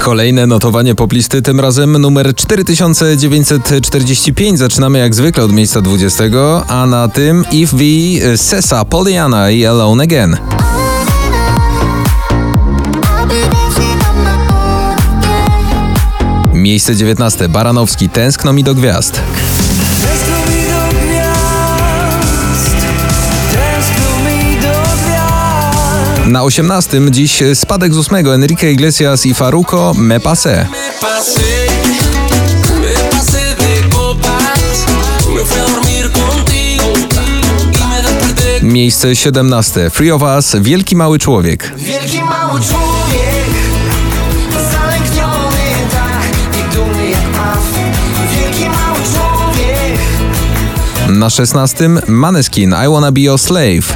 Kolejne notowanie poplisty, tym razem numer 4945. Zaczynamy jak zwykle od miejsca 20, a na tym Eve V, Sessa, Pollyanna i Alone Again. Miejsce 19, Baranowski, Tęskno mi do gwiazd. Na 18 dziś spadek z 8, Enrique Iglesias i Farruko, Me Passé. Miejsce 17, Free of Us, Wielki Mały Człowiek. Wielki mały człowiek, zalękniony tak i dumny jak paw. Wielki mały człowiek. Na 16 Maneskin, I Wanna Be Your Slave.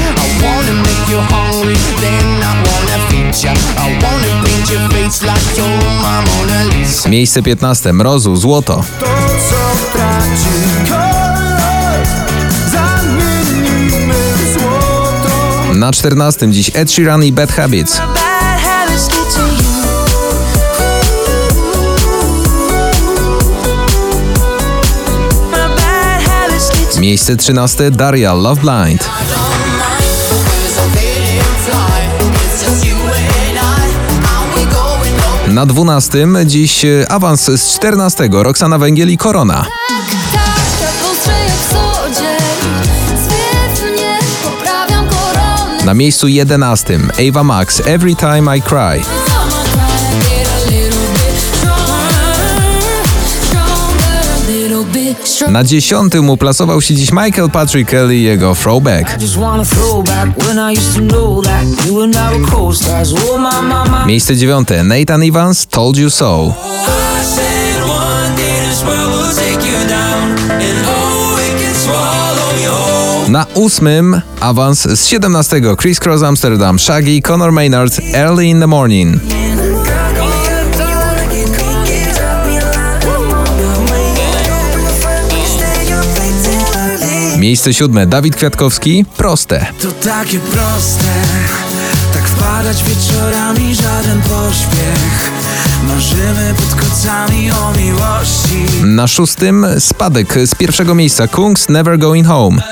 Miejsce 15, Mrozu, Złoto. To co traci kolor, zamienimy w złoto. Na 14 dziś Ed Sheeran i Bad Habits. Miejsce 13, Daria, Love Blind. Na 12 dziś awans z 14, Roxana Węgiel i Korona. Na miejscu 11, Ava Max, Every Time I Cry. Na 10 uplasował się dziś Michael Patrick Kelly i jego Throwback. Miejsce 9, Nathan Evans, Told You So. Na 8 awans z 17, Criss Cross Amsterdam, Shaggy, Conor Maynard, Early in the Morning. Miejsce 7, Dawid Kwiatkowski, Proste. To takie proste, tak wpadać wieczorami, żaden pośpiech. Marzymy pod kocami o miłości. Na 6 spadek z pierwszego miejsca, Kungs, Never Going Home.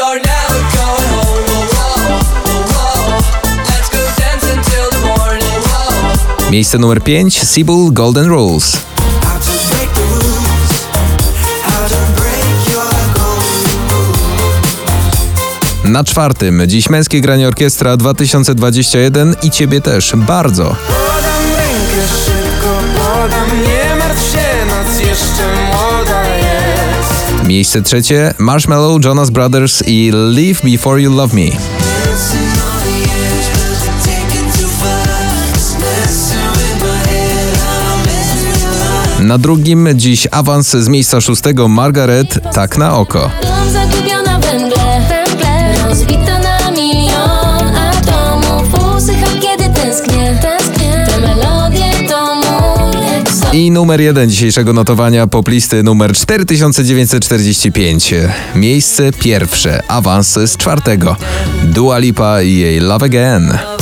Miejsce numer 5, Sibul, Golden Rules. Na 4 dziś męskie granie orkiestra 2021 i ciebie też bardzo. Podam rękę szybko, podam, nie martw się, noc jeszcze młoda jest. Miejsce 3, Marshmello, Jonas Brothers i Leave Before You Love Me. Na 2 dziś awans z miejsca 6, Margaret, Tak na oko. I numer 1 dzisiejszego notowania poplisty, numer 4945. Miejsce pierwsze, awans z 4, Dua Lipa i jej Love Again.